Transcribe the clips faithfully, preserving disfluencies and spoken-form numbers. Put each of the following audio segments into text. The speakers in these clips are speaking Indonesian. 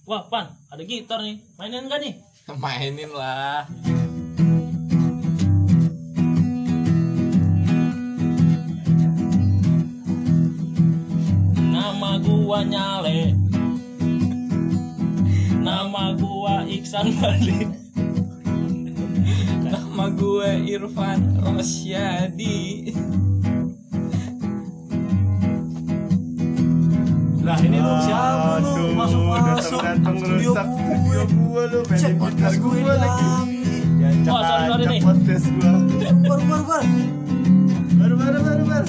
Wah Pan, ada gitar nih, mainin kan nih? Mainin lah. Nama gua Nyale, nama gua Iksan Balik, Nama gue Irfan Rosyadi. Lah ini lu siapa lu? Masuk masuk datang studio rusak gue. studio gue lu Cek pengen podcast gitar gue gue lagi. Ya Wah, sorry, sorry cak nih. podcast gue. Baru baru baru. Baru baru baru baru.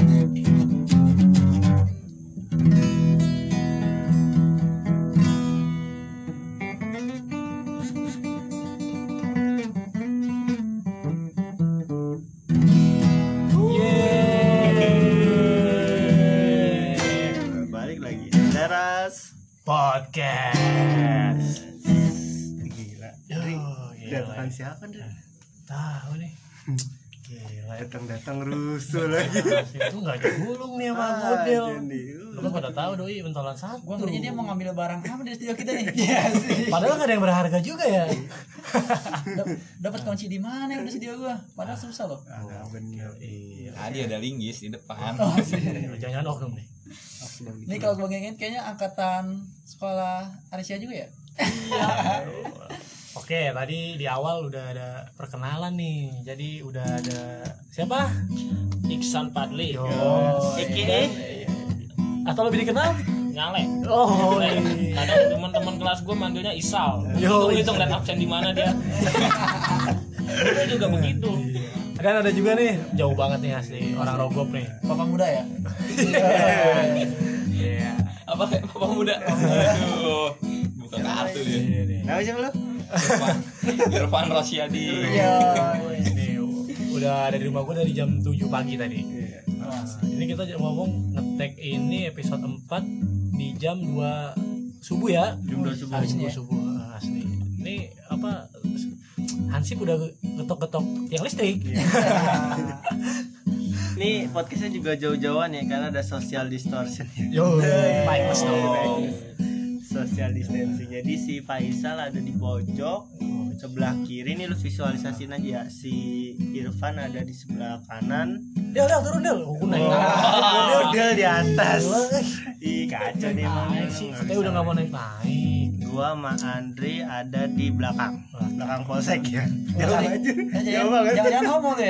Yeay. Balik lagi. Teras Podcast. gila. Yo, Dri, gila. Datang siapa Dri? Tahu nih. Gila. Datang-datang rusuh lagi. Itu enggak digulung nih sama Ah, model. jadi, uh. Lu pada tahu doi bentolan satu. Gua ngerinya dia mau ngambil barang apa dari studio kita nih. Iya sih. Padahal enggak ada yang berharga juga ya. Dap- Dapat kunci di mana yang di studio gua? Padahal susah loh. Ah, nggak bener. Iya. Tadi ada linggis di depan. Oh, sih. Jangan oknum nih. Ini kalau gua ngingin kayaknya angkatan sekolah Arisya juga ya. Oke, tadi di awal udah ada perkenalan nih. Jadi udah ada siapa? Iksan Padli. Yo. iya. Atau lebih dikenal? Nyale. Oh, Kadang teman-teman kelas gue manggilnya Isal. Yo, Itu hitung lihat absen di mana dia. Gue juga begitu. Dan ada juga nih, jauh banget nih asli orang Rogop nih. Bapak muda ya. Iya. Apa kayak bapak muda? Aduh, bukan kartu dia. Nama siapa lu? Irfan, Irfan Rosyadi. Iya. Ini udah ada di rumah gue dari jam tujuh pagi tadi. Nah, ini kita ngomong nge-tag ini episode empat di jam dua subuh ya. Jam dua subuh. Habis ini subuh asli. Ini apa Hansip udah getok-getok tiang listrik. Nih podcastnya juga jauh-jauhan ya karena ada social distortion. Yo, baik mas dong. Social distancing. Jadi si Faisal ada di pojok sebelah kiri nih, lu visualisasiin aja ya. Si Irfan ada di sebelah kanan. Del, del, turun del. Aku naik. Oh, dia di atas. Gua, Ih kacau nih emang. naik sih. Katanya udah nggak mau naik naik. Gua sama Andri ada di belakang. Belakang polsek ya. Jauh Jangan- aja. jangan- Jauh banget. Jangan-jangan homo tuh ya.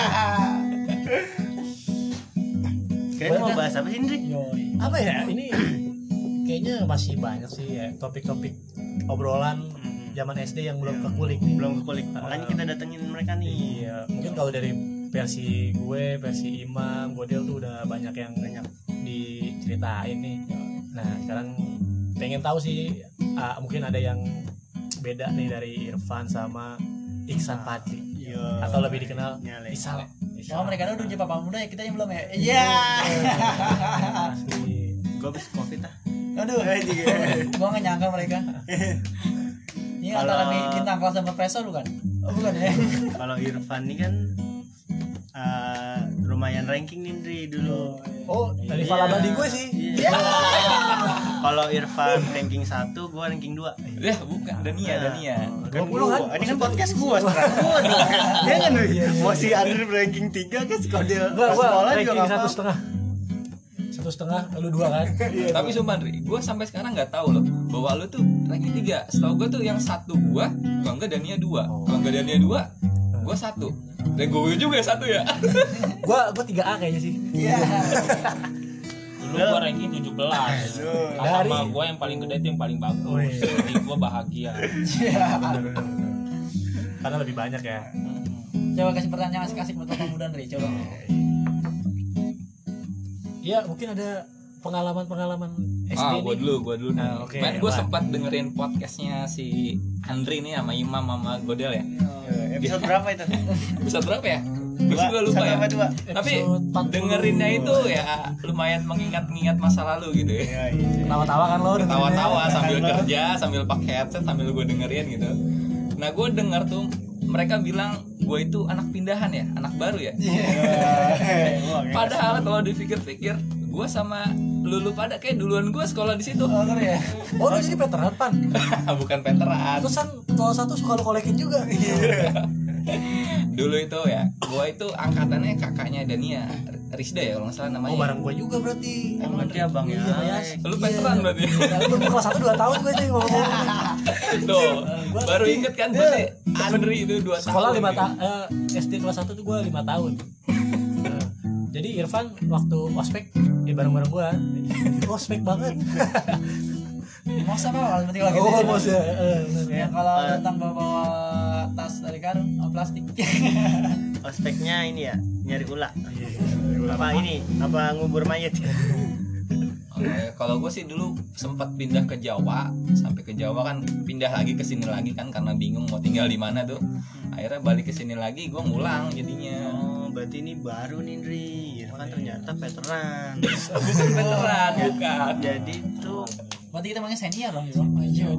Kayaknya mau bahas apa sih Andri? Yoi. Apa ya? Ini kayaknya masih banyak sih ya topik-topik obrolan zaman S D yang belum kekulik nih. Belum kekulik. Makanya kita datengin mereka nih. Iya, mungkin kalau dari versi gue, versi Imam, Godel tuh udah banyak yang Banyak. diceritain nih. Nah, sekarang pengen tahu sih, ah, mungkin ada yang beda nih dari Irfan sama Iksan Padli. Iya. Atau lebih dikenal Nyale. Isal. Oh, mereka udah jadi papa muda ya, kita yang belum ya. Iya. Asli. Gua habis covid ah. Aduh. Gua enggak nyangka mereka. Ini Kalau- antara nih bintang kelas dan profesor bukan? Oh, bukan ya. Kalau Irfan nih kan uh, lumayan ranking nih Indri dulu. Oh, dari Iya. Fala Bandi gue sih. Iya. Kalau Irfan ranking satu, gua ranking dua. Ya bukan, Dania, Dania. dua puluh kan? Ini kan podcast gua sekarang. Gua nih. Dia kan mau si Andri ranking tiga kan kalau dia Gua pas gua sekolah juga ranking nggak satu apa-apa. setengah. Satu setengah, lu dua kan? Tapi sumpah Andri, gue sampai sekarang nggak tahu loh bahwa lu tuh ranking tiga. Setahu gue tuh yang satu gue, kalau enggak Dania dua, kalau enggak Dania dua, gue satu. Dan gue juga satu ya. Gua gua tiga A kayaknya sih. Iya. Dulu gue ranking tujuh belas. Dari- Sama gue yang paling gede itu yang paling bagus. Jadi gue bahagia. Karena lebih banyak ya. Coba kasih pertanyaan asik-asik buat papa muda Ndri, coba. Ya, mungkin ada pengalaman-pengalaman S D Ah, nih. gue dulu, gue dulu nih. Nah, oke, Kemarin gue Wan. sempat dengerin podcastnya si Andri nih sama Imam sama Godel ya. Episode berapa itu? Episode berapa ya? Gue Dua, juga lupa satu ya. apa dua? Tapi Episode empat puluh. dengerinnya itu ya lumayan mengingat-ingat masa lalu gitu ya. Iya, iya. Tawa-tawa kan lo dengerinnya? Tawa-tawa sambil Halo. kerja, sambil pakai headset, sambil gue dengerin gitu. Nah gue denger tuh mereka bilang gue itu anak pindahan ya, anak baru ya. Wah, kayak Padahal kalau dipikir-pikir gue sama lu lu pada kayak duluan gue sekolah di situ. Oh, ngeri ya. Oh, lu jadi veteran, Pan. Bukan veteran. Terus kan kalau satu suka lu kolekin juga. Dulu itu ya, gue itu angkatannya kakaknya Dania, Rizda ya kalau nggak salah namanya. Oh, bareng gua juga berarti. Oh, berarti abang ya. Lu veteran berarti. Ya, lu kelas satu dua tahun gue sih ngomong. Tuh, Gua baru ngerti. inget kan berarti bener itu dua tahun. Sekolah lima gitu. tahun, eh, S D kelas satu tuh gue lima tahun. Nah, jadi Irfan waktu ospek ya bareng-bareng gue, ospek banget. Mos apa kalau berarti kalau gitu. Oh, ya. bos ya. eh, Ya, kalau datang bawa tas dari karung sama plastik. Ospeknya ini ya, nyari ular. Iya, Apa ini? Apa ngubur mayat? Oke, kalau gue sih dulu sempat pindah ke Jawa, sampai ke Jawa kan pindah lagi ke sini lagi kan karena bingung mau tinggal di mana tuh. Akhirnya balik ke sini lagi, gue ngulang jadinya. Oh, berarti ini baru nih Indri. Irfan ternyata veteran. Bukan veteran, bukan. Jadi tuh Berarti kita manggil senior dong, Bang. Ayo.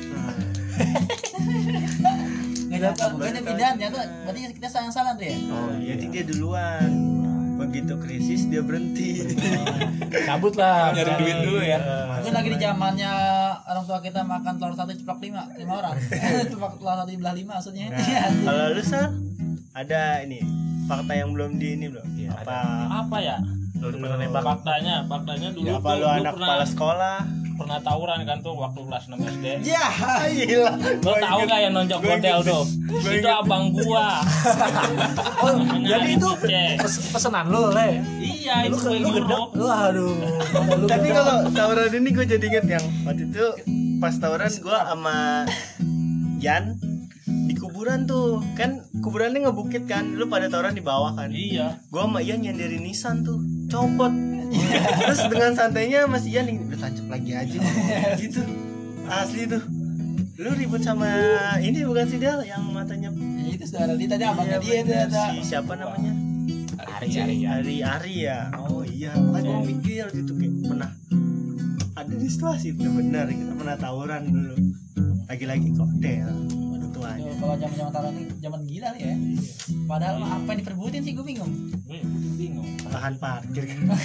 Enggak dapat. Bukannya pindahan ya tuh. Berarti kita sayang-salah tuh ya. Oh, jadi dia duluan. Begitu krisis dia berhenti. Cabut lah. Nyari duit dulu ya. Mungkin lagi di zamannya orang tua kita makan telur satu ceplok lima, lima orang. Ceplok telur satu dibelah lima maksudnya. Nah, kalau lu Sal, ada ini fakta yang belum di ini belum? Iya, Apa? Apa ya? Lu pernah nembak. Faktanya, faktanya dulu Ya, tuh apa lu gua anak pernah kepala sekolah? pernah tawuran kan tuh waktu kelas enam S D. Ya, gila. Lo tau gak yang nonjok Gua model inget. tuh? Gua Itu inget. abang gua. Oh, Namanya jadi itu Cek. pes- pesanan lu, Le. Iya, Lu itu gue lu gedek. nyuruh. Lu aduh. Lu Tapi gedek. kalau tawuran ini gue jadi inget yang waktu itu pas tawuran gue sama Yan di kuburan tuh kan kuburannya ngebukit kan, lu pada tawuran di bawah kan. Iya. Gue sama Yan nyindirin Nissan tuh copot. Terus dengan santainya Mas Yan udah tancap lagi aja gitu. Asli tuh. Lu ribut sama ini bukan sih Del yang matanya Ya, itu saudara dia tadi abangnya Iya, dia itu bener. ada. Si siapa namanya? Ari, Ari, Ari. Ari Ari ya. Oh iya, kan gue mikir gitu kayak pernah ada di situasi bener-bener kita pernah tawuran dulu. Lagi-lagi koktail. Waduh tuanya. Tuh, kalau zaman-zaman tahun ini zaman gila nih ya. Padahal mah apa yang diperbutin sih gue bingung. Gue bingung. Lahan parkir.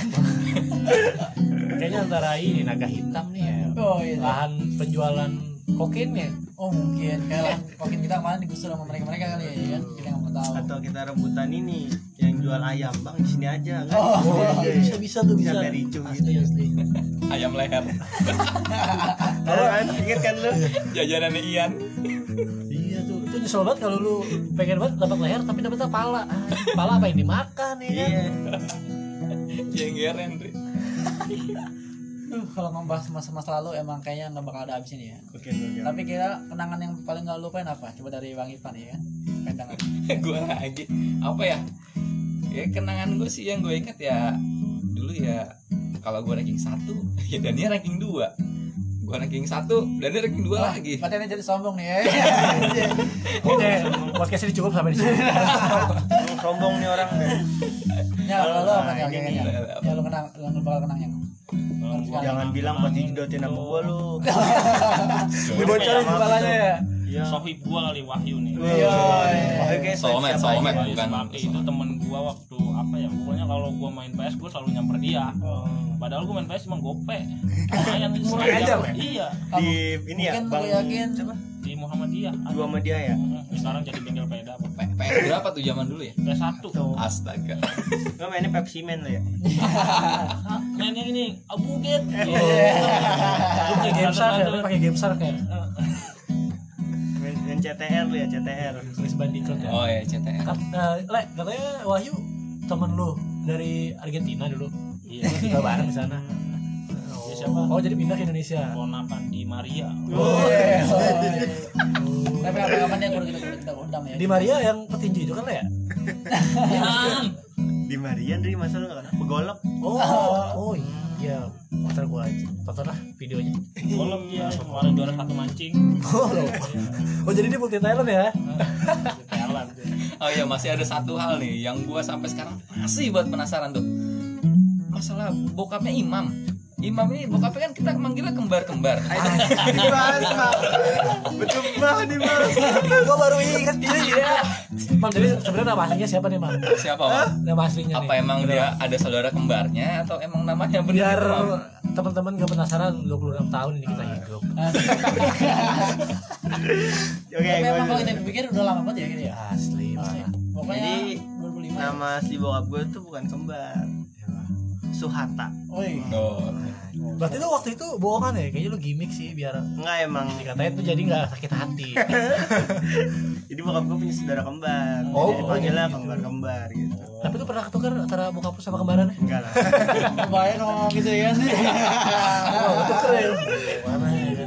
Kayaknya antara ini naga hitam nih ya. Oh iya. Lahan penjualan kokainnya. Oh mungkin kayak lah kokin kita kemarin digusur sama mereka-mereka kali ya, ya kan? Kita nggak mau tahu. Atau kita rebutan ini yang jual ayam bang di sini aja kan. Oh, Oh, iya, bisa bisa tuh bisa. Sampai ricu Asli gitu. asli. Ayam leher. Tahu kan? Ingat kan lu? Jajanannya Ian. Iya tuh, itu nyesel banget kalau lu pengen banget dapat leher tapi dapetnya pala. Ah, pala apa yang dimakan ya kan? Iya. Jenggeren, Ri. Duh, kalau ngebahas masa-masa lalu emang kayaknya nggak bakal ada habis ini ya. Oke oke. Tapi kira kenangan yang paling nggak lupain apa? Coba dari Bang Ivan ya kan. Pandangan. Gue lagi apa ya? Ya kenangan gue sih yang gue inget ya dulu ya kalau gue ranking satu ya Dania ranking dua, gue ranking satu Dania ranking dua lagi. Berarti ini jadi sombong nih ya. Oke, podcast ini cukup sampai di sini. Emang sombong nih orang deh. Ya kalau apa Nah, ya ini kayaknya. nih. Ya lu kenang, lu bakal kenangnya. Kalau gua Jangan bilang pasti jodotin sama gua lu. Dibocorin kepalanya ya. Iya. sohib gua kali Wahyu nih. Iya. Oke, Soulmate, siapa soulmate. aja? Wahyu bukan. Sebakti itu temen gua waktu apa ya? Pokoknya kalau gua main P S gua selalu nyamper dia. Padahal gua main P S cuma gope. Lumayan Murah aja, men. Iya, Di ini ya, Mungkin Bang. gue yakin Coba. di Muhammadiyah. Ada. Dua sama dia ya. Mm, Sekarang jadi bengkel peda. P- PS berapa tuh zaman dulu ya? P S satu. Astaga. Gua mainnya Pepsi Man lo ya. Ah, mainnya ini Abu Get. Lu pakai game shark ya, lu pakai game shark ya. Main, main C T R lo ya, C T R. Crash Bandicoot ya. Oh ya C T R. Kat, eh, Le, katanya Wahyu temen lu dari Argentina dulu. Iya. Lu tinggal bareng di sana. Dia siapa? Oh, jadi pindah ke Indonesia. Ponakan di Maria. Oh, iya. Tapi kapan-kapan dia kudu kita kudu kita undang ya. Di Maria yang petinju itu kan Le ya? Jangan. Di Marian dari masa lu enggak pegolok. Oh, oh iya. Ntar gua aja tonton lah videonya. Golok dia kemarin juara satu mancing. Oh, loh. Oh, jadi dia multi talent ya? Di Thailand. Oh iya masih ada satu hal nih yang gua sampai sekarang masih buat penasaran tuh. Masalah bokapnya Imam. Imam ini bokapnya kan kita manggilnya kembar-kembar. Dibahas, Bang. Betul banget nih, Bang. Gua baru inget iya. Mam, jadi sebenarnya nama aslinya siapa nih, Mam? Siapa, Bang? Nama aslinya Apa nih. emang dia ada saudara kembarnya atau emang namanya benar? Biar teman-teman gak penasaran dua puluh enam tahun ini kita hidup. Oke, Tapi emang kalau gue kita pikir udah lama banget ya gitu ya. Asli, Asli. Pak. Pokoknya Jadi, dua puluh lima. nama asli bokap gue tuh bukan kembar, Suhata. Woi. Oh. Berarti lu waktu itu bohongan ya? Kayaknya lu gimmick sih biar Enggak emang. dikatain tuh jadi gak sakit hati. Jadi bokap gue punya saudara kembar. Oh, Jadi dipanggilnya gitu. kembar-kembar gitu. Tapi lu pernah ketukar antara bokap lu sama kembarannya? Enggak lah. Bahaya kalau ngomong gitu ya kan. Oh, tuker ya. Mana ya kan?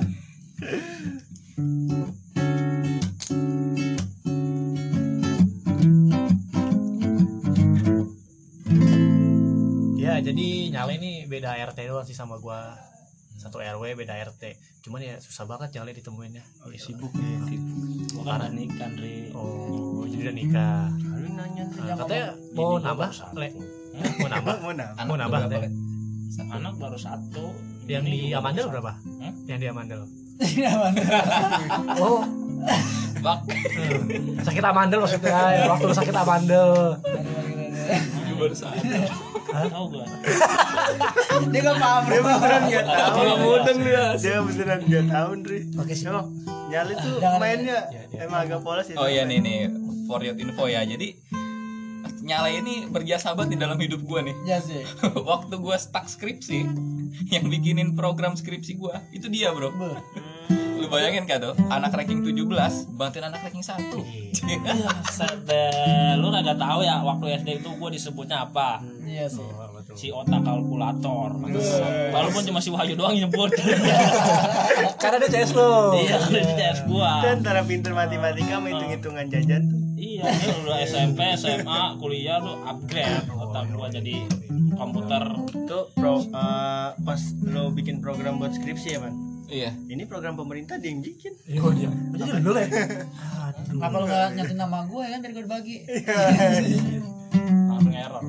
Ya, jadi Nyale ini beda R T doang sih sama gua. Satu R W beda R T. Cuman ya susah banget Nyale ditemuinnya. Oh, sibuk ya. Gua kan udah nikah, Andre. Oh, jadi udah nikah. Lalu nanya tuh. Nah, katanya mau Bini gua nambah, baru satu. Le. Eh, mau nambah. Mau nambah. Anak Mau nambah berapa, katanya. Le? Satu. Anak baru satu. Yang di Bini gua Amandel baru berapa? satu. Hmm? Yang di Amandel. Iya, mana? Oh, Bak. hmm. sakit Amandel maksudnya. Ya, waktu lu sakit Amandel. Gua baru sadar. Tahu gua. Dia gak paham. Dia beneran nggak tahu. Kalau mudeng dia. Dia beneran nggak tahu, Ndri. Oke sih. Emang Nyali tuh Jangan- mainnya Ya, dia- emang agak polos ya. Oh iya nih nih for your info ya. Jadi Nyala ini berjasa banget di dalam hidup gua nih. Iya sih. Waktu gua stuck skripsi, yang bikinin program skripsi gua itu dia, Bro. Beuh. Lu bayangin kan tuh, anak ranking tujuh belas bantuin anak ranking satu. Iya, set deh. Lu kagak tahu ya waktu S D itu gua disebutnya apa? Iya sih. Oh, betul. Si otak kalkulator. Walaupun cuma si Wahyu doang yang nyebut. Karena dia C S lo. Iya, udah di C S gua. Dan antara pinter matematika sama hitung-hitungan jajan tuh. Iya, ini udah S M P, S M A, kuliah lu upgrade otak gua jadi komputer. Tuh pro eh, pas lo bikin program buat skripsi ya, Man. Iya. Ini program pemerintah dia yang bikin. Iya dia. Jadi dulu ya. Aduh. Apa lu gak nyatin nama gue ya kan dari gue dibagi. Langsung error.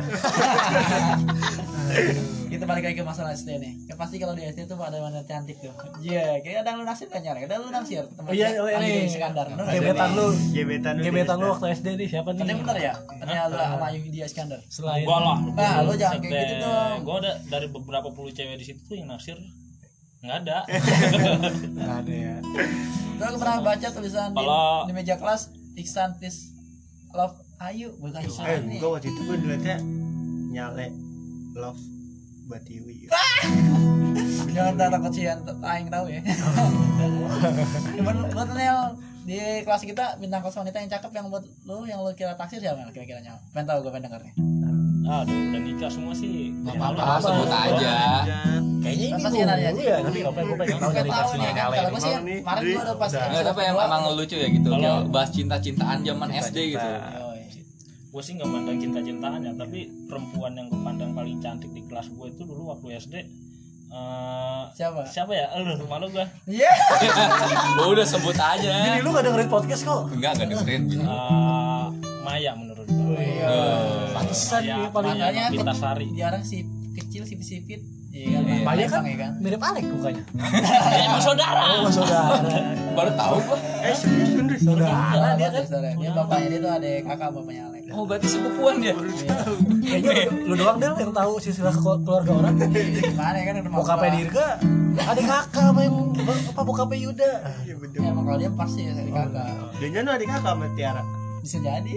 Kita balik lagi ke masalah S D nih. Ya pasti kalau di S D tuh ada mana cantik tuh. Iya, kayak ada lu naksir kan nyari. Ada lu naksir teman. Oh iya, oh, ini. Iskandar. Bener nggak? Gebetan lu. Gebetan lu. Gebetan di lu S D. waktu S D nih siapa nih? Katanya bener ya? Katanya lu sama Ayu Widya Iskandar. Selain Gua lah. Nah, lu jangan kayak gitu dong. Gua ada dari beberapa puluh cewek di situ tuh yang naksir nggak ada. nggak ada ya. Lu aku pernah baca tulisan di, Kalau- di meja kelas Iksan please love Ayu bukan Eh, Iksan nih. gua waktu itu gua dilihatnya Nyale love Batiwi. Jangan tak takut sih yang aing tahu ya. Cuman buat Nel di kelas kita bintang kelas wanita yang cakep yang buat lu yang lu kira taksir siapa Nel kira-kira Nel? Pengen tahu gue pengen denger nih. Aduh, udah nikah semua sih. Nggak Ya, apa-apa. Ah, sebut aja. Kayaknya ini Apa sih yang nanya dulu sih? ya, tapi apa gue pengen tahu Pengen dari tahu kasih nih kan Nyale kalau ini. gue sih Mau nih, kemarin Dri. gue udah pas Udah. Nggak, tapi emang, emang lucu ya gitu. Kalau- Kayak bahas cinta-cintaan zaman S D gitu. Gue sih nggak mandang cinta-cintaan ya, tapi perempuan yang gue pandang paling cantik di kelas gue itu dulu waktu S D. eh, Siapa? Siapa ya? Lu malu gue. Iya. Gua udah sebut Jadi aja. lu gak dengerin podcast kok? Enggak, enggak dengerin. Eh, Maya menurut gue. Iya. Pantesan Maya, dia paling Makanya Maya Pitasari. jarang si kecil sipit-sipit. Iya kan? Iya. Maya kan ya kan? mirip Alek mukanya. Ya, emang saudara. Oh, saudara. Baru tahu gua. Eh, serius bener. Saudara dia dia kan. saudara. Dia bapaknya dia tuh ada kakak bapaknya Alek. Oh, berarti sepupuan dia. Kayaknya lu, lu doang Del yang tahu silsilah ke- keluarga orang. Gimana ya kan udah Bokapnya Dirga, ada kakak sama yang apa bokapnya Yuda. Iya bener. Ya, emang kalau dia pasti ya dari kakak. Dan jangan adik kakak sama Tiara. Bisa jadi.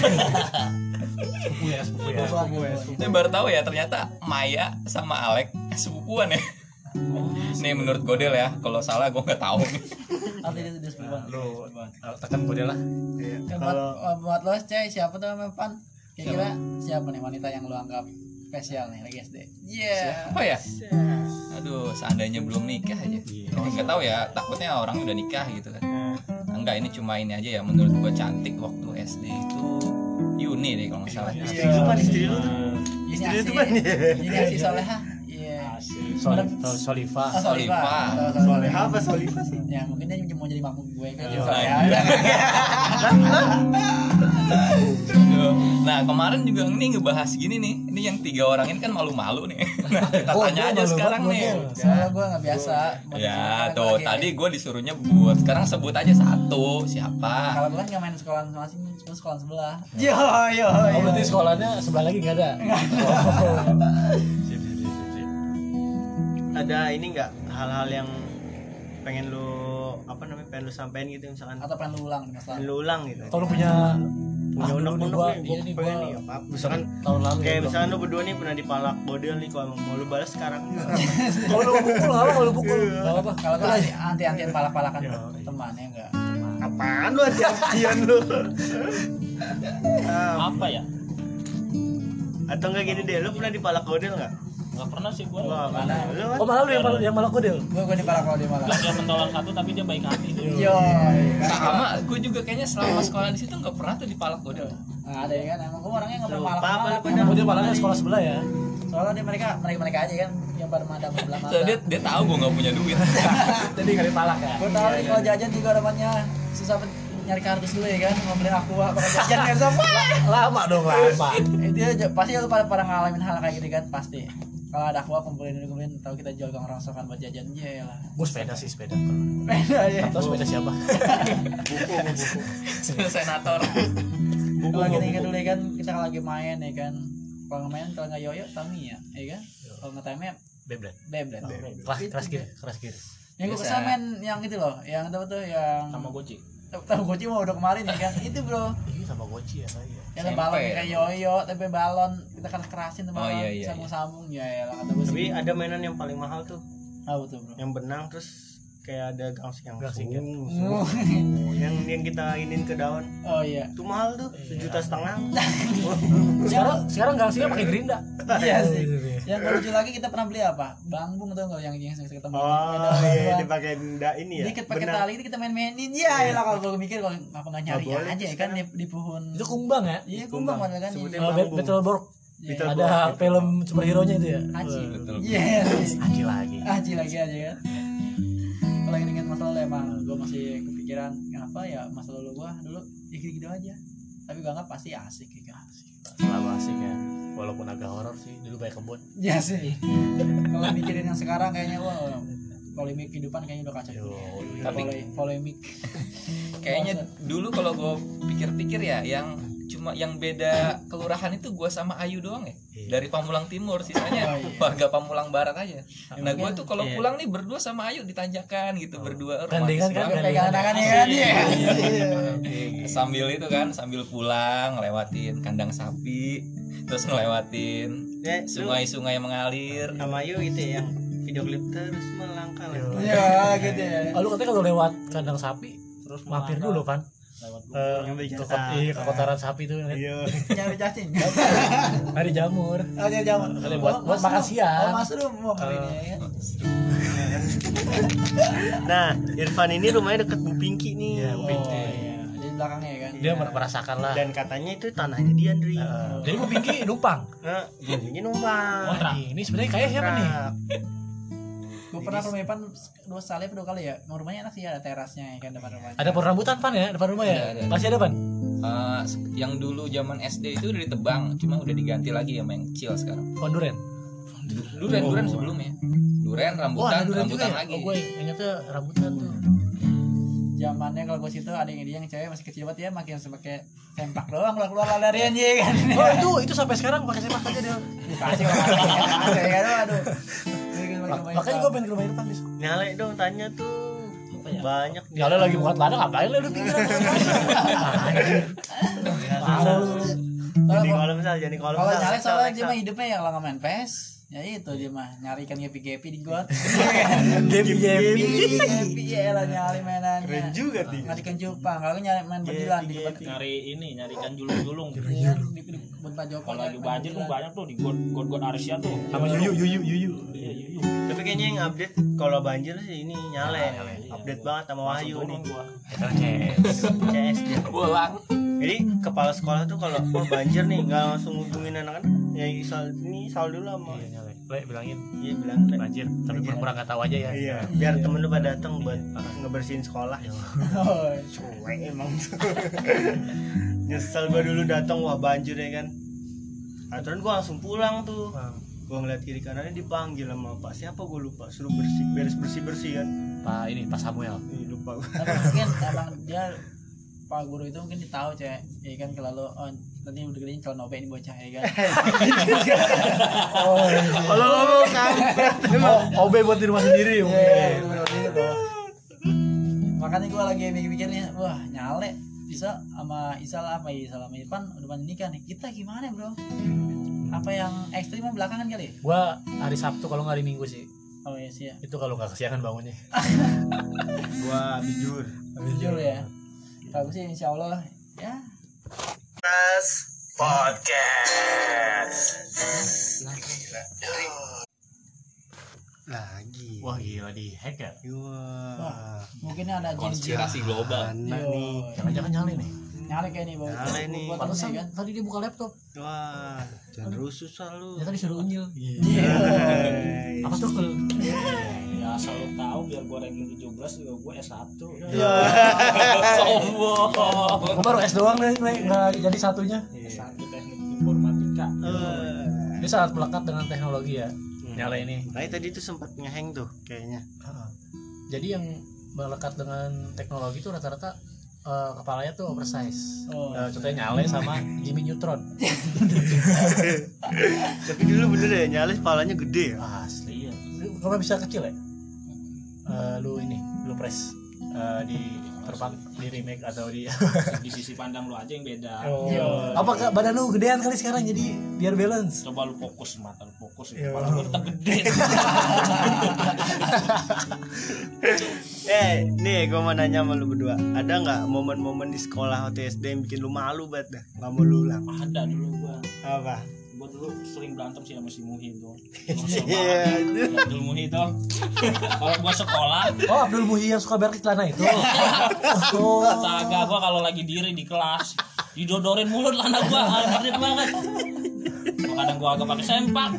Sepupu ya, sepupu ya. Sepupu ya. Saya baru tahu ya ternyata Maya sama Alek sepupuan ya. Nih menurut Godel ya, kalau salah gue nggak tahu. Nanti dia sudah sepupuan. Lu uh, tekan gue Del lah. Iya. Ya, buat, Kalau buat lo cek siapa tuh namanya Pan? Kira-kira siapa nih wanita yang lo anggap spesial nih lagi S D? Iya. Apa ya? Aduh, seandainya belum nikah aja. Nggak tahu ya, takutnya orang udah nikah gitu kan. Enggak, ini cuma ini aja ya. Menurut gue cantik waktu S D itu Yuni deh kalau nggak salah. istri lu kan istri lu tuh. Ini Istri asli. itu Pan. Ini asli Soleha. Iya. Solif, Solifa. Oh, Solifa. Solifa. Soalnya apa Solifa sih? Ya mungkin dia mau jadi makmum gue kan. Iya. Soleha. Aduh, Tuh. Nah kemarin juga ini ngebahas gini nih. Ini yang tiga orang ini kan malu-malu nih. Nah, kita Oh, tanya gua aja malu sekarang banget, nih. gua. Soalnya gue nggak biasa. Ya Karena tuh gua lagi- tadi gue disuruh nyebut. Sekarang sebut aja satu. Siapa? Kalau gue kan nggak main sekolah masing, cuma sekolah sebelah. Yo yo. Oh berarti sekolahnya sebelah lagi nggak ada? Oh. Sip, sip, sip, sip, sip. Ada ini nggak hal-hal yang pengen lu apa namanya pengen lu sampein gitu misalkan Atau pengen lu ulang nih masalah. pengen lu ulang gitu. Kalau lu punya Punya ah, dulu nih unek-unek gua, nih, iya gua nih pengen gua nih apa? Misalkan tahun lalu kayak ya, misalkan lu berdua nih pernah dipalak bodel nih kalau mau lu balas sekarang. kalau lu pukul nggak apa kalau lu pukul nggak apa Kalau gue anti anti antian palak-palakan Yo, temannya enggak. Apaan lu hati-hatian lu? Ah, Apa ya? atau enggak gini deh, lu pernah dipalak bodel enggak? Nggak pernah sih gue. Wah, Mana? lu kan oh malah lu yang malah yang malah kodel Gue gue dipalak kalau dia malah. Dia mentolak satu tapi dia baik hati tuh. Yo. Sama. Gue juga kayaknya selama sekolah di situ nggak pernah tuh dipalak bodel. Nah, ada ya kan emang gue orangnya nggak pernah Lupa malak apa lu malak. pada? oh dia malahnya sekolah sebelah ya Soalnya dia mereka mereka mereka aja kan yang pada madam sebelah mata. So, dia dia tahu gue nggak punya duit. jadi kali palak ya Gue tahu nih kalau jajan juga depannya susah banget nyari kardus dulu ya kan, mau beli aqua pakai jajan kan sama. lama dong lama Itu aja pasti lu pada pada ngalamin hal kayak gitu kan pasti. Kalau ada aqua kumpulin dulu kumpulin, tahu kita jual gang rongsokan buat jajan ya lah. gue sepeda sih sepeda Beda ya. atau sepeda siapa Senator. Kalau kita ingat dulu ya kan, kita kalau lagi main ya kan, kalau nggak main kalau nggak yoyo Tamiya ya kan, kalau nggak Tamiya Beyblade Beyblade. keras keras gitu keras gitu Yang gue Biasa. kesel main yang itu loh, yang apa tuh yang Sama Goci. tahu Goci mah udah kemarin ya kan, itu bro. iya sama goci ya saya Yang S M P balon ya? kayak yoyo, tapi balon kita kan kerasin tuh Oh, balon, iya, iya, sambung-sambung ya ya lah kata gue sih. tapi ada mainan yang paling mahal tuh, Apa tuh bro? yang benang terus kayak ada gangsing yang Gangsing, sung, Oh, sung. yang yang kita inin ke daun. oh iya. Itu mahal tuh, sejuta setengah. sekarang sekarang gangsingnya pakai gerinda Iya sih. Yang kalau lucu lagi kita pernah beli apa? Bangbung tuh nggak yang yang sering ketemu. Oh iya, dipakai benda ini ya. Dikit pakai benang. tali itu kita main-mainin. Ya, ya lah kalau gue mikir kalau apa nggak nyari Nggak boleh aja tuh ya kan di, di pohon. itu kumbang ya Iya, kumbang padahal kan. Sebutnya Uh, Bangbung. Battleborg Iya. Betul. ada film superhero nya itu ya Aji. Betul. Iya. Aji lagi Aji lagi aja kan. Kalau ingat masa lalu emang gue masih kepikiran kenapa ya masa lalu gue dulu ya gitu-gitu aja. Tapi gue anggap pasti asik ya kan. selalu asik ya walaupun agak horor sih dulu banyak kebun Iya sih. Kalau mikirin yang sekarang kayaknya wah polemik kehidupan kayaknya udah kacau. Yo, Tapi- Pole- polemik. Kayaknya dulu kalau gue pikir-pikir ya, yang cuma yang beda kelurahan itu gue sama Ayu doang ya. Iya. Dari Pamulang Timur, sisanya Oh, iya. warga Pamulang Barat aja. Nah gue tuh kalau Iya. pulang nih berdua sama Ayu ditanjakan gitu, berdua Gandengan kan, romantis banget. Pegangan tangannya kan iya. Sambil itu kan, sambil pulang ngelewatin kandang sapi, terus ngelewatin Ya, lu sungai-sungai yang mengalir. sama Ayu itu ya, yang video klip terus melangkah. Yo. Iya gitu ya. oh, lu katanya kalau lewat kandang sapi Terus mampir melangkah dulu Pan lewat Eh, Ngambil ke jatah. kot- iya, ke kotoran sapi tuh Iya. Nyari cacing. hari jamur Oh, nyari jamur. Kali buat- buat makan siang. Oh, mushroom mau kali ini ya kan. Nah, Irfan ini rumahnya deket Bu Pinky nih. Iya, Bu Pinky. Oh, iya. Di belakangnya ya kan. dia mer- merasakan lah Dan katanya itu tanahnya dia, Andri. Eh, jadi Bu Pinky numpang Nah, Bu Pinky numpang. Kontrak. ini sebenarnya kayak siapa nih Kontrak. Gue pernah ke rumah Ipan dua kali apa dua kali ya. Emang rumahnya enak sih, ada terasnya ya kan depan rumahnya. ada pohon rambutan Pan ya depan rumah ya Ada, ada. masih ada Pan Eh, yang dulu zaman S D itu udah ditebang, cuma udah diganti lagi sama yang kecil sekarang. pohon duren Duren, duren sebelumnya. Duren, oh ada rambutan, duren juga rambutan ya lagi. oh gue ingetnya rambutan tuh Zamannya kalau gue situ ada yang dia yang cewek masih kecil banget ya, makin pakai sempak doang keluar keluar larian ya kan. oh itu itu sampai sekarang pakai sepak aja dia Kasih orang ada ya kan aduh. Mak- makanya gue pengen ke rumah Irfan besok Nyale dong tanya tuh. Apa ya? Banyak ya lo lagi buat ladang ngapain lo di pinggiran anjir parah lu Jadi kalau misalnya jadi kalau Kalau misalnya nyalek soalnya Alexa. dia mah hidupnya yang lama main P E S. Ya itu dia mah nyari ikan gepi-gepi di got. Gaby Gaby Gepi ya lah nyari mainannya. Keren juga tuh. Nyari ikan cupang, kalau nyari main berdilan di depan. nyari ini nyari ikan julung-julung. Iya, di di kebun Pak Joko. Kalau lagi nyari banjir tuh berdilan. banyak tuh di got got got Arsya tuh. sama Yuyu Yuyu Yuyu Iya iya iya. Tapi kayaknya yang update kalau banjir sih ini Nyale. Nyale, iya. Update banget sama Wahyu nih. Turun gua. C S dia. Bolang. Jadi kepala sekolah tuh kalau oh, banjir nih nggak langsung hubungin anak-anak. Ya sal ini sal dulu sama. iya nyale le bilangin Iya bilang Le. banjir tapi pura-pura nggak tahu aja ya Iya, biar temen lu pada datang buat ngebersihin sekolah. Oh, Cuek emang. Nyesel gua dulu datang wah banjir ya kan. Aturan gua langsung pulang tuh. Gua ngeliat kiri kanannya dipanggil sama Pak siapa gua lupa, suruh bersih beres bersih bersih kan. Pak ini Pak Samuel. Ih, lupa gua. Tapi mungkin emang dia Pak Guru itu mungkin tahu cek, ya kan kalau lo oh, nanti udah gedein kalau nobe ini bocah ya kan. Kalau ngomong kampret emang. O B buat di rumah sendiri. Iya, bener-bener gitu. Makanya gue lagi mikir-mikirnya, wah nyale bisa sama Isal apa ya, Isal sama Irfan udah pada nikah nih. Kita gimana bro? Apa yang ekstrim belakangan kali? Gua hari Sabtu kalau nggak hari Minggu sih. Oh iya sih ya. Itu kalau nggak kesiangan bangunnya. Gua bijur. Jujur ya. Kalau sih insya Allah ya. Lagi. Wah gila di hack ya. Wah. Mungkin ada konspirasi global. Anak nih. Jangan-jangan nyali nih. Nyale kayak nih bau. Nyale nih. Pantesan kan. tadi dia buka laptop. Wah, jangan rusuh selalu. Ya tadi suruh unyil. Iya. Apa tuh kel? Ya asal lo tahu biar gue ranking tujuh belas juga gue S satu. Sombong. Gua baru S doang nih, nggak jadi satunya. S satu teknik informatika. Dia sangat melekat dengan teknologi ya. Nyala ini. Makanya tadi tuh sempat ngeheng tuh kayaknya. Jadi yang melekat dengan teknologi itu rata-rata uh, kepalanya tuh oversize. Oh. Uh, contohnya Nyale sama Jimmy Neutron. Tapi dulu bener ya nyale kepalanya gede ya. Asli ya. Kalau bisa kecil ya? Uh, lu ini, lu press uh, di terpak di remake atau di Di sisi pandang lo aja yang beda. oh. Apa badan lu gedean kali sekarang jadi biar balance? Coba lu fokus mata lu fokus. Yo. Kepala gue tetap gede. Eh, nih gue mau nanya sama lu berdua. Ada nggak momen-momen di sekolah waktu S D yang bikin lu malu banget dah? Nggak mau lu ulang. Ada dulu gua. Apa? Gua dulu sering berantem sih sama si Muhi tuh. Iya, itu. Abdul Muhi tuh. Kalau gua sekolah, Oh, Abdul Muhi yang suka berak celana itu. Oh. astaga gua kalau lagi diri di kelas didodorin mulut celana gua, anjir banget. Gua kadang gua agak pakai sempak.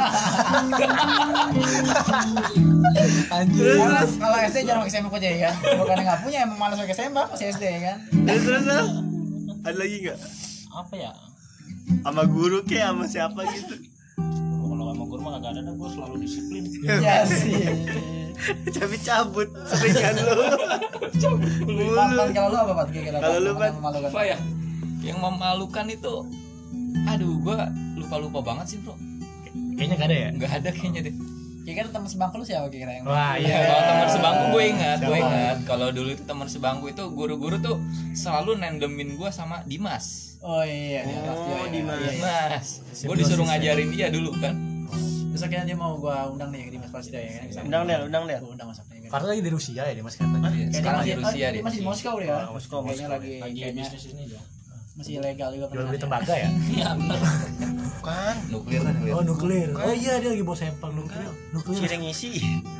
Anjir. Kalau kalau S D jangan pakai sembak aja ya kan. Bukan nggak punya emang malas pakai sembak pas S D ya kan. Terus terus terus. Ada lagi nggak? Apa ya? Sama guru kayak sama siapa gitu? Kalau sama guru mah kagak ada dah, gua selalu disiplin. Iya sih. Tapi cabut seringan lu. Mulu. Pan kalau lu apa Pat? Kira-kira Kalau lu, Pat? memalukan. Apa ya? Yang memalukan itu, aduh, gua lupa-lupa banget sih bro. Kayaknya gak ada ya? Nggak ada kayaknya deh. Kira-kira teman sebangku lu siapa kira-kira yang Wah, Iya, iya. kalau teman sebangku gue ingat, gue Siapa? ingat. Kalau dulu itu teman sebangku itu guru-guru tuh selalu nandemin gue sama Dimas. Oh iya, iya pasti. Oh, iya, Dimas. iya. Dimas, gue disuruh ngajarin dia dulu kan. Besok kayaknya dia mau gua undang nih ke Dimas Prasida ya kan. Undang Del, undang Del. Gua undang masaknya kan. Karena lagi di Rusia ya dia Mas katanya. Iya, Kayaknya sekarang di masih- Rusia oh, dia. masih di Moskow dia. Ah, Moskow, Kayaknya Moskow. lagi Lagi kayaknya bisnis ini dia. masih ilegal juga Jual beli pernah. tembaga ya? Iya, benar. Bukan. Nuklir kan nuklir. Oh, nuklir. Oh iya, dia lagi bawa sampel nuklir. Nuklir. Cireng isi.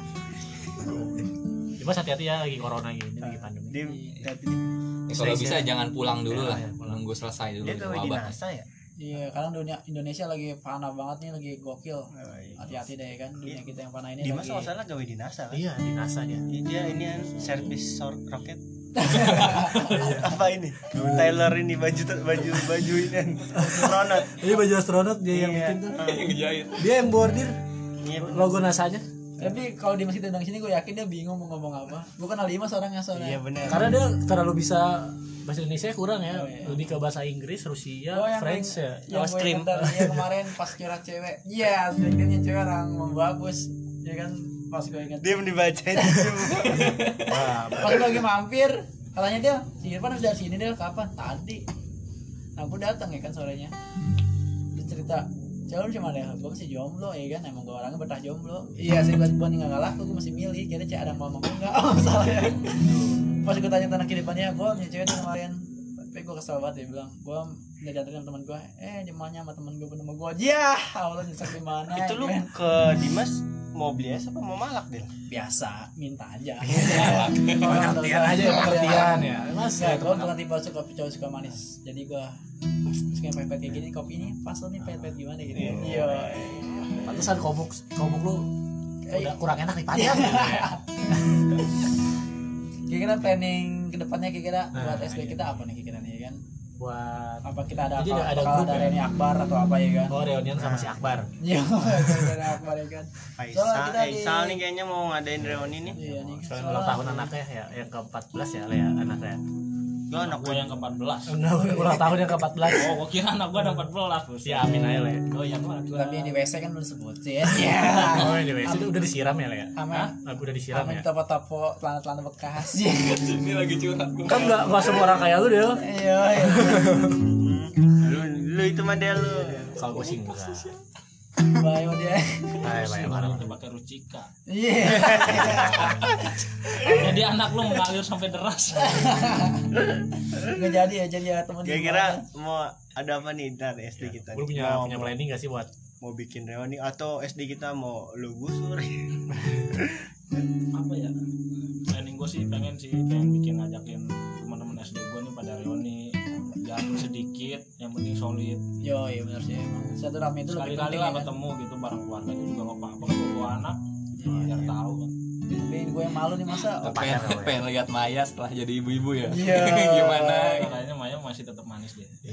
Dimas hati-hati ya lagi corona gini, lagi pandemi. Dia tapi Ya, kalau bisa jangan pulang dulu Ya, lah, ya, pulang. nunggu selesai dulu dia itu gawe di wabah. NASA ya? Iya, karena dunia Indonesia lagi panah banget nih, lagi gokil. Oh, iya. Hati-hati deh kan, dunia kita yang panah ini Dimas lagi. kalau salah gawe di NASA kan? Iya, di NASA dia. Ini dia ini kan servis sor- roket. Apa ini? Taylor ini baju baju baju ini astronot. Ini baju astronot dia yang Iya. bikin tuh. Yang ngejahit. Dia yang bordir Iya, logo NASA-nya. Tapi kalau Dimas kita undang sini, gue yakin dia bingung mau ngomong apa. Gue kenal Dimas orangnya soalnya. iya benar. Karena dia terlalu bisa bahasa Indonesia kurang ya, Oh, iya. lebih ke bahasa Inggris, Rusia, Oh, yang French gue- ya. yang gue Stream. inget dari dia kemarin pas kira cewek. Iya, sebenarnya cewek orang bagus. Ya kan, pas gue ingat. Dia dibacain. Wah, Pas gue lagi mampir, katanya dia, si Irfan harus dari sini deh, kapan? Tadi. Nah, gue datang ya kan sorenya. Dia cerita, cewek lu cuma deh, gue masih jomblo ya kan, emang gue orangnya betah jomblo. Iya, saya buat buat nggak ngalah, gue masih milih. Kira cewek ada mau mau enggak? Oh, salah ya. Pas gue tanya tentang kehidupannya, gue punya cewek tuh kemarin. Tapi gue kesel banget, dia bilang, gue udah diantarin sama teman gue, eh jemaahnya sama teman gue sama gue. Ya, Allah nyesek di mana? Itu lu kan? ke Dimas mau beli es apa mau malak Del? Biasa, minta aja. pengertian aja ya, pengertian ya. Mas, Ya, ya, gue bukan tipe suka cowok suka manis. Jadi gue suka yang pahit-pahit kayak gini, kopi ini pas lo nih pahit-pahit gimana gitu. Iya. pantesan komuk komuk lu udah kurang enak nih panjang. Kira-kira planning kedepannya kira-kira Nah, buat S D iya. kita apa nih kira-kira nih kan? buat Apa kita ada Jadi apa? ada Bakal grup ada ya? Reni Akbar atau apa ya kan? oh reunian sama si Akbar. Iya, Reni Akbar ya kan. Faisal, Soalnya kita di- Faisal nih kayaknya mau ngadain reuni nih. Iya nih. Soalnya ulang tahun anaknya ya yang ke empat belas ya Le, ya anaknya. Gua anak Gue yang ke empat belas. Nah, ulang tahun yang ke empat belas. Oh, gue kira anak gue ada empat belas. Ya amin aja Le. Oh, yang mana? Tapi di W C kan belum disebutin. Iya. Oh ini W C itu udah disiram ya Le ya. Aman. Ah, udah disiram Aman ya. topo-topo celana-celana bekas. Iya. Ini lagi curhat. Kan enggak enggak semua orang kayak lu deh. Iya. lu lu itu model lu. Kalau gue sih enggak. Baik dia. Hai, baik marah. Dia pakai Rucika. Iya. Jadi anak lu mengalir sampai deras. Nggak jadi ya jadi ya teman. Kira-kira mau ada apa nih dari S D kita? Gue nih? punya mau, punya planning enggak sih buat mau bikin reuni atau S D kita mau lu gusur? Apa ya? Planning gue sih pengen sih pengen bikin ngajakin teman-teman S D gue nih pada reuni. Jatuh sedikit, yang penting solid. Yo, iya benar sih emang. Satu rame itu lebih Sekali-kali penting lah ya. ketemu gitu bareng keluarga itu juga nggak apa-apa kan bawa anak biar tahu kan. Tapi gue yang malu nih masa. pengen, pengen lihat Maya setelah jadi ibu-ibu ya. Iya. Gimana? Kayaknya Maya masih tetap manis deh. Ya.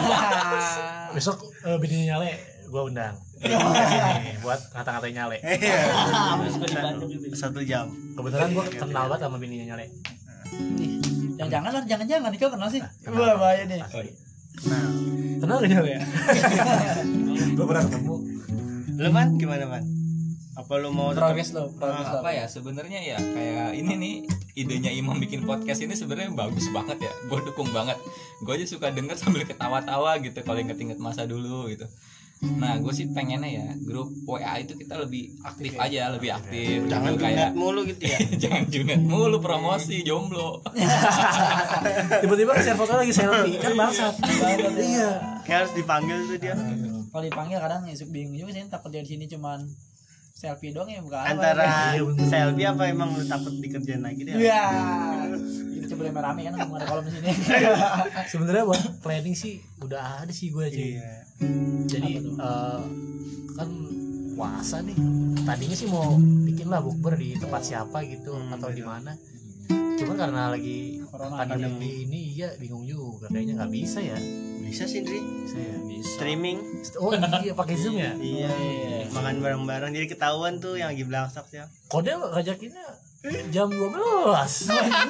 besok uh, bininya Nyale gue undang. Sini buat ngata-ngatain Nyale. Habis gue di Bandung gitu. Satu jam. Kebetulan gue kenal banget sama bininya Nyale. Jangan-jangan lah, jangan-jangan nih kau kenal sih. Wah, bahaya nih. Nah, Kenal gak Nyale ya? Gue pernah ketemu. lu man gimana man? Apa lu mau tetap- Progres lo, progres lo. Apa ya sebenarnya ya kayak ini nih idenya Imam bikin podcast ini sebenarnya bagus banget ya. Gue dukung banget. Gue aja suka denger sambil ketawa-tawa gitu kalau inget-inget masa dulu gitu. Nah, gue sih pengennya ya grup W A itu kita lebih aktif aja, lebih aktif. Jangan Gitu, junet mulu gitu ya. jangan junet mulu promosi jomblo. Tiba-tiba share foto lagi selfie kan bangsat. Iya. Kayak harus dipanggil tuh dia. Kalau dipanggil kadang ya bingung juga sih, takut dia di sini cuman selfie doang ya bukan apa. Antara Iya, bener. selfie apa emang lu takut dikerjain lagi dia? Iya. Itu coba rame kan nggak ada kolom di sini. Sebenarnya buat planning sih udah ada sih gue cuy. Iya. Jadi eh, kan puasa nih. Tadinya sih mau bikin lah bukber di tempat siapa gitu Hmm, atau di bener. mana. Cuman karena lagi Corona, pandemi ini iya bingung juga kayaknya nggak bisa ya. Bisa sih Ndri. Bisa ya. Streaming. Oh iya pakai Zoom ya. Iya. Makan bareng-bareng jadi ketahuan tuh yang lagi belangsak ya. Kode ngajakinnya jam dua belas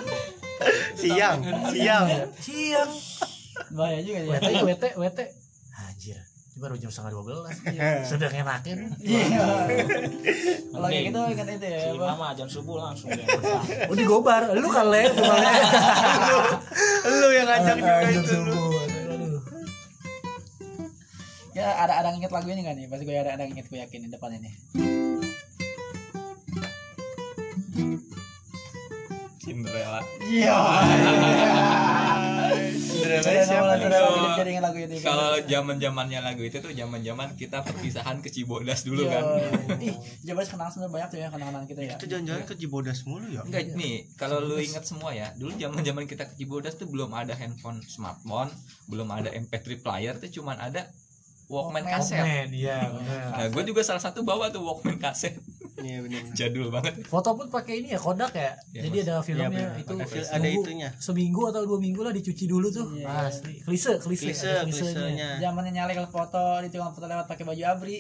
Siang, siang. siang. Bahaya juga W ya. T W T W T. Anjir. Baru jam setengah dua belas. Sudah ngenakin. Iya. Kalau kayak gitu ingat itu ya. Si Bang. Mama ajan subuh langsung dia. Oh digobar. Lu kan le. Lu yang ngajak juga itu lu. Aduh. Ya ada ada inget lagu ini kan nih. Pasti gue ada ada inget gue yakin di depan ini. Cinderella. Iya. Cinderella siapa? Kalau- Jadi inget lagu ini. kan. Kalau zaman-zamannya lagu itu tuh zaman-zaman kita perpisahan ke Cibodas dulu kan. Ih, Jabar kenal sebenarnya banyak tuh ya kenangan kita ya. Itu jangan-jangan ke Cibodas mulu ya? Enggak nih, kalau lu ingat semua ya, dulu zaman-zaman kita ke Cibodas tuh belum ada handphone smartphone, belum ada M P tiga player tuh cuman ada Walkman Walkman. kaset. Men, iya benar. Nah, gue juga salah satu bawa tuh Walkman kaset. Iya benar. Jadul banget. Foto pun pakai ini ya Kodak ya. Iya, Jadi Mas. ada filmnya Iya, itu ada fil- seminggu- ada itunya. Seminggu atau dua minggu lah dicuci dulu tuh. Iya. Asli. Klise, klise, Klise, ada klisenya. klisenya. Zamannya nyalek foto di tukang foto lewat pakai baju abri.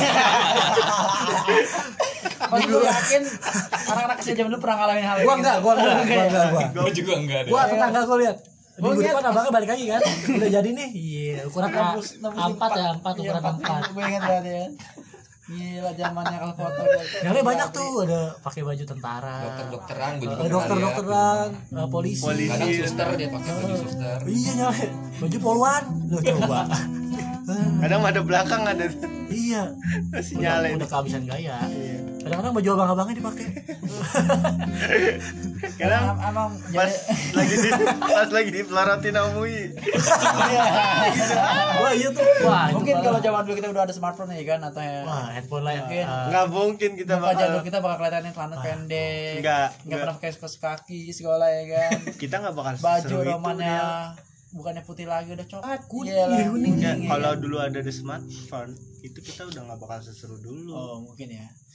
Pas gue yakin anak-anak kecil zaman dulu pernah ngalamin hal Gua gitu. enggak, gua enggak, gua enggak, gua. Gue juga enggak ada. Gua tetangga gua lihat. Gua Minggu lihat depan abangnya balik lagi kan. Udah jadi nih. Iya, ukuran A- Nembus- nembus empat ya, empat Iya, ukuran empat. Gue ingat banget ya. Gila zamannya kalau foto. Yang lain banyak tuh, ada pakai baju tentara. Dokter-dokteran gue juga Eh, dokter-dokteran, eh, polisi. Polisi. Kadang suster dia pakai baju suster. Iya nyale, baju poluan. Loh coba. Kadang ada belakang ada Iya. masih Udah, nyala udah itu. kehabisan gaya. Iya. Kadang-kadang baju abang-abangnya dipakai. Kadang Em- Emang pas jadi lagi di pas lagi dipelorotin sama Mui. Wah iya tuh. Wah itu mungkin parah. kalau zaman dulu kita udah ada smartphone ya kan atau ya. Wah handphone lah ya. Mungkin. eh, Nggak mungkin kita Muka jadul bakal kita bakal kelihatannya celana pendek. Enggak, Enggak enggak. pernah pakai kaos kaki sekolah ya kan. kita nggak bakal Baju seseru itu romannya dia. bukannya putih lagi udah coklat. kuning, Iyalah. kuning. Enggak, kalau dulu ada di smartphone itu kita udah nggak bakal seseru dulu. Oh, mungkin ya.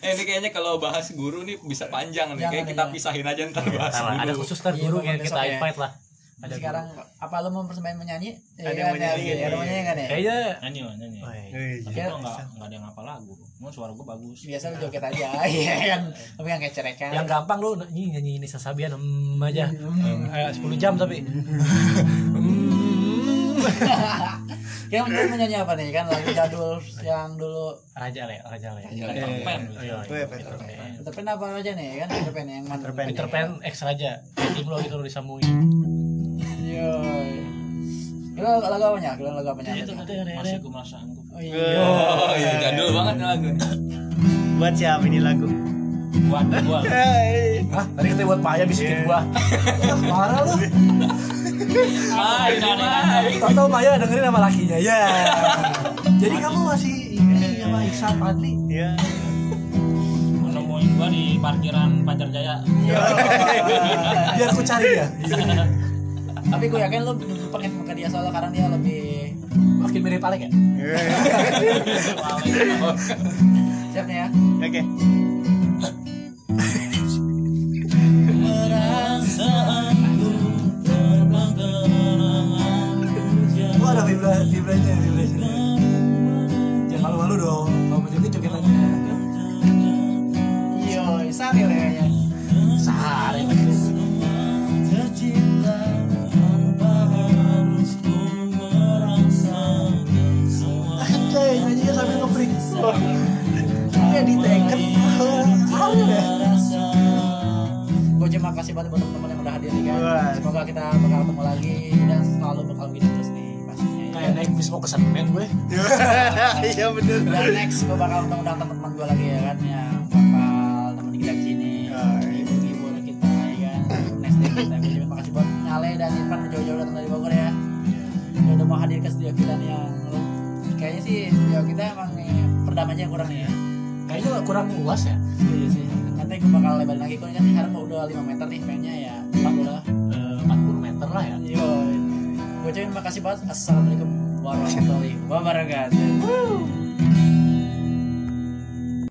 Eh, ini kayaknya kalau bahas guru nih bisa panjang nih. Jangan, Kayak kita jangan. pisahin aja ntar bahas Nah, ada guru. khusus ntar Iya, guru momen yang besok kita ya. invite lah. Ada Sekarang apa lu mau persembahan menyanyi? Ada Iya yang kan, menyanyi, ya, iya. ada menyanyi kan ya? kayaknya Nyanyi lah nyanyi. oh, iya. Eh, Tapi Iya. gua nggak nggak ada yang hafal lagu. Mau suara gua bagus. Biasa lu joget aja, iya kan? Tapi yang kayak cerekan. yang gampang lu nyanyi nyanyi Nisa Sabian em aja. Eh, sepuluh jam tapi. Yang menurut menyanyi apa nih kan lagu jadul yang dulu Raja Le, Raja Le. Raja Le. Peter Pan. Oh, iya, Oh, iya, Peter Peter Pan. Peter Pan apa aja nih kan Peter Pan yang mana? Peter Pan. Peter Pan X Raja. Tim lo gitu lo disambungin. Yo. Kira lagu apa nya? Kira lagu apa nya? Itu tadi Masih gua merasa angkuh. Oh iya. Oh, iya jadul banget nih lagu. buat siapa ini lagu? Buat gua. Hah? Tadi kita buat Pak Aya bisikin gua. Marah lu. Ah, ini aneh. Tahu Pak Aya dengerin sama lakinya ya. Jadi kamu masih ini sama Iksan Fadli. Ya. Nemuin gua di parkiran Pacar Jaya. Biar ku cari ya. Tapi gue yakin lu pengen ke dia soalnya karena dia lebih Makin mirip Alek ya? siap nih ya. Oke. Gua ada vibra vibranya vibranya. Jangan malu-malu dong. Kalau menjadi joget lagi. Yo, Isari kayaknya. Sehari. Anjay, nyanyinya sambil ngebreak. Kayak diteken. Haru deh. Gue cuma kasih buat teman-teman yang udah hadir nih kan. Wah. Semoga kita bakal ketemu lagi dan selalu bakal gitu terus nih pastinya. ya. Kayak naik bis mau ke semen gue. Iya bener. Dan next gue bakal undang teman-teman gue lagi ya kan yang bakal nemenin kita di sini. Oh, iya. Hibur-hibur kita ya kan. Next day kita. Gue juga makasih buat Nyale dan Irfan jauh-jauh datang dari Bogor ya. Yang udah mau hadir ke studio kita nih yang kayaknya sih studio kita emang nih perdamanya kurang nih ya. Kayaknya kurang luas ya. Iya sih. Nanti gue bakal lebarin lagi. Gue kan sekarang udah lima meter nih pengennya ya. empat puluh lah. Eh, empat puluh meter lah ya. Yo. Gue ucapin makasih banget. Assalamualaikum warahmatullahi wabarakatuh.